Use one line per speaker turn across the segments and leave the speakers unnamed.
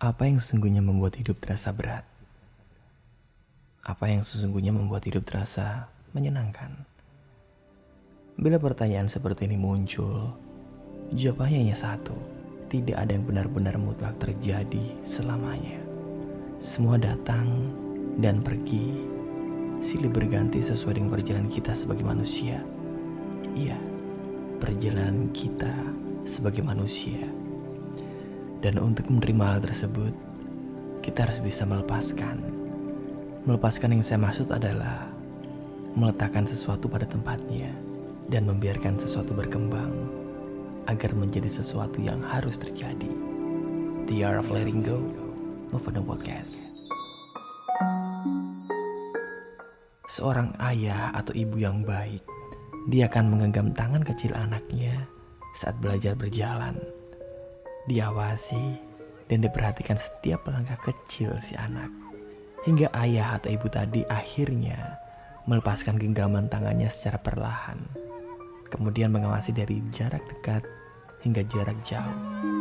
Apa yang sesungguhnya membuat hidup terasa berat? Apa yang sesungguhnya membuat hidup terasa menyenangkan? Bila pertanyaan seperti ini muncul, jawabannya hanya satu. Tidak ada yang benar-benar mutlak terjadi selamanya. Semua datang dan pergi, silih berganti sesuai dengan perjalanan kita sebagai manusia. Iya, perjalanan kita sebagai manusia. Dan untuk menerima hal tersebut, kita harus bisa melepaskan. Melepaskan yang saya maksud adalah meletakkan sesuatu pada tempatnya dan membiarkan sesuatu berkembang agar menjadi sesuatu yang harus terjadi. The Art of Letting Go, Movano Podcast. Seorang ayah atau ibu yang baik, dia akan menggenggam tangan kecil anaknya saat belajar berjalan. Diawasi dan diperhatikan setiap langkah kecil si anak. Hingga ayah atau ibu tadi akhirnya melepaskan genggaman tangannya secara perlahan. Kemudian mengawasi dari jarak dekat hingga jarak jauh.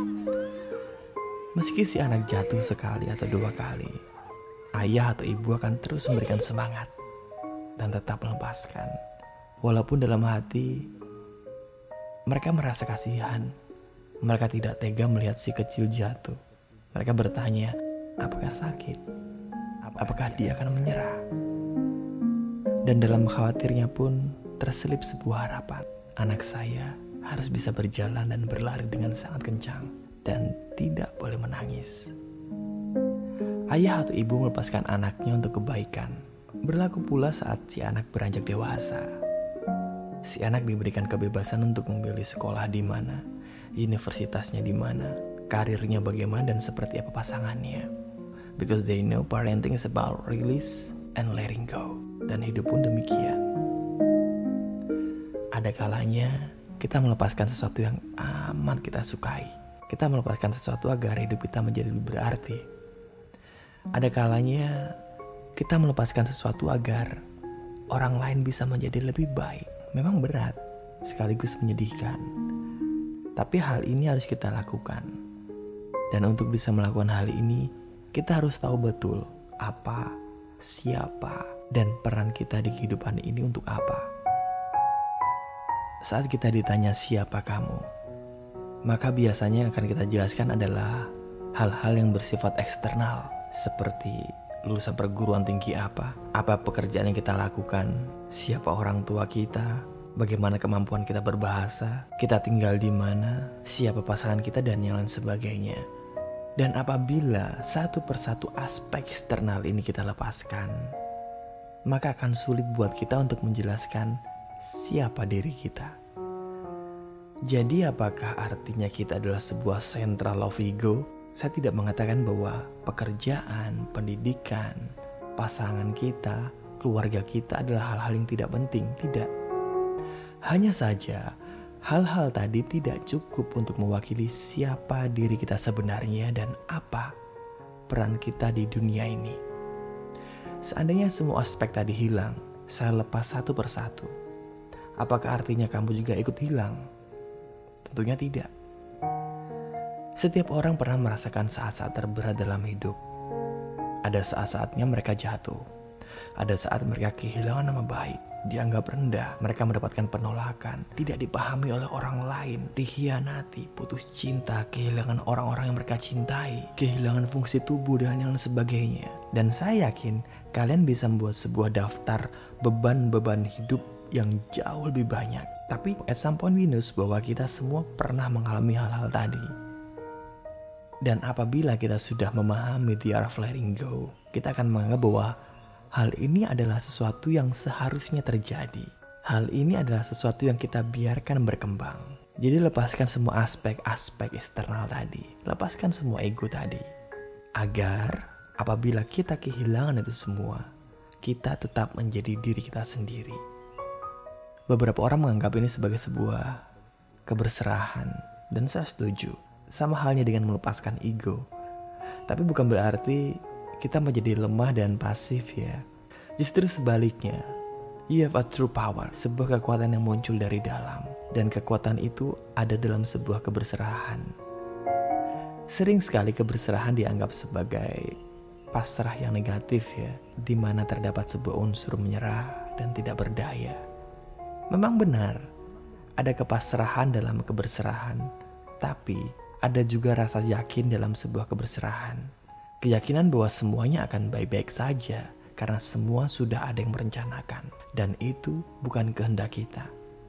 Meski si anak jatuh sekali atau dua kali, ayah atau ibu akan terus memberikan semangat dan tetap melepaskan. Walaupun dalam hati mereka merasa kasihan. Mereka tidak tega melihat si kecil jatuh. Mereka bertanya, apakah sakit? Apakah dia akan menyerah? Dan dalam khawatirnya pun terselip sebuah harapan. Anak saya harus bisa berjalan dan berlari dengan sangat kencang dan tidak boleh menangis. Ayah atau ibu melepaskan anaknya untuk kebaikan. Berlaku pula saat si anak beranjak dewasa. Si anak diberikan kebebasan untuk memilih sekolah di mana, universitasnya di mana, karirnya bagaimana dan seperti apa pasangannya. Because they know parenting is about release and letting go. Dan hidup pun demikian. Ada kalanya kita melepaskan sesuatu yang amat kita sukai. Kita melepaskan sesuatu agar hidup kita menjadi lebih berarti. Ada kalanya kita melepaskan sesuatu agar orang lain bisa menjadi lebih baik. Memang berat, sekaligus menyedihkan. Tapi hal ini harus kita lakukan. Dan untuk bisa melakukan hal ini, kita harus tahu betul apa, siapa, dan peran kita di kehidupan ini untuk apa. Saat kita ditanya siapa kamu, maka biasanya yang akan kita jelaskan adalah hal-hal yang bersifat eksternal, seperti lulusan perguruan tinggi apa pekerjaan yang kita lakukan, siapa orang tua kita, bagaimana kemampuan kita berbahasa, kita tinggal di mana, siapa pasangan kita, dan yang lain sebagainya. Dan apabila satu persatu aspek eksternal ini kita lepaskan, maka akan sulit buat kita untuk menjelaskan siapa diri kita. Jadi apakah artinya kita adalah sebuah central of ego? Saya tidak mengatakan bahwa pekerjaan, pendidikan, pasangan kita, keluarga kita adalah hal-hal yang tidak penting. Tidak. Hanya saja, hal-hal tadi tidak cukup untuk mewakili siapa diri kita sebenarnya dan apa peran kita di dunia ini. Seandainya semua aspek tadi hilang, saya lepas satu persatu. Apakah artinya kamu juga ikut hilang? Tentunya tidak. Setiap orang pernah merasakan saat-saat terberat dalam hidup. Ada saat-saatnya mereka jatuh. Ada saat mereka kehilangan nama baik, dianggap rendah, mereka mendapatkan penolakan, tidak dipahami oleh orang lain, dikhianati, putus cinta, kehilangan orang-orang yang mereka cintai, kehilangan fungsi tubuh dan yang sebagainya. Dan saya yakin kalian bisa membuat sebuah daftar beban-beban hidup yang jauh lebih banyak. Tapi at some point we know bahwa kita semua pernah mengalami hal-hal tadi. Dan apabila kita sudah memahami the art of letting go, kita akan menganggap bahwa hal ini adalah sesuatu yang seharusnya terjadi. Hal ini adalah sesuatu yang kita biarkan berkembang. Jadi lepaskan semua aspek-aspek eksternal tadi. Lepaskan semua ego tadi. Agar apabila kita kehilangan itu semua, kita tetap menjadi diri kita sendiri. Beberapa orang menganggap ini sebagai sebuah keberserahan. Dan saya setuju. Sama halnya dengan melepaskan ego. Tapi bukan berarti kita menjadi lemah dan pasif ya. Justru sebaliknya, you have a true power, sebuah kekuatan yang muncul dari dalam. Dan kekuatan itu ada dalam sebuah keberserahan. Sering sekali keberserahan dianggap sebagai pasrah yang negatif ya, di mana terdapat sebuah unsur menyerah dan tidak berdaya. Memang benar, ada kepasrahan dalam keberserahan, tapi ada juga rasa yakin dalam sebuah keberserahan. Keyakinan bahwa semuanya akan baik-baik saja karena semua sudah ada yang merencanakan, dan itu bukan kehendak kita.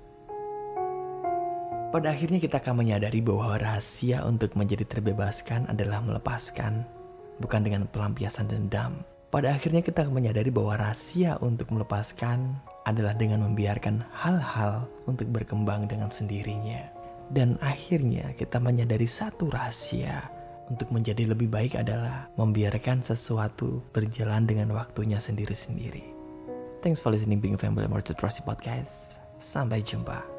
Pada akhirnya kita akan menyadari bahwa rahasia untuk menjadi terbebaskan adalah melepaskan, bukan dengan pelampiasan dendam. Pada akhirnya kita akan menyadari bahwa rahasia untuk melepaskan adalah dengan membiarkan hal-hal untuk berkembang dengan sendirinya. Dan akhirnya kita menyadari satu rahasia untuk menjadi lebih baik adalah membiarkan sesuatu berjalan dengan waktunya sendiri-sendiri. Thanks for listening Being Family More to Trusty Podcast. Sampai jumpa.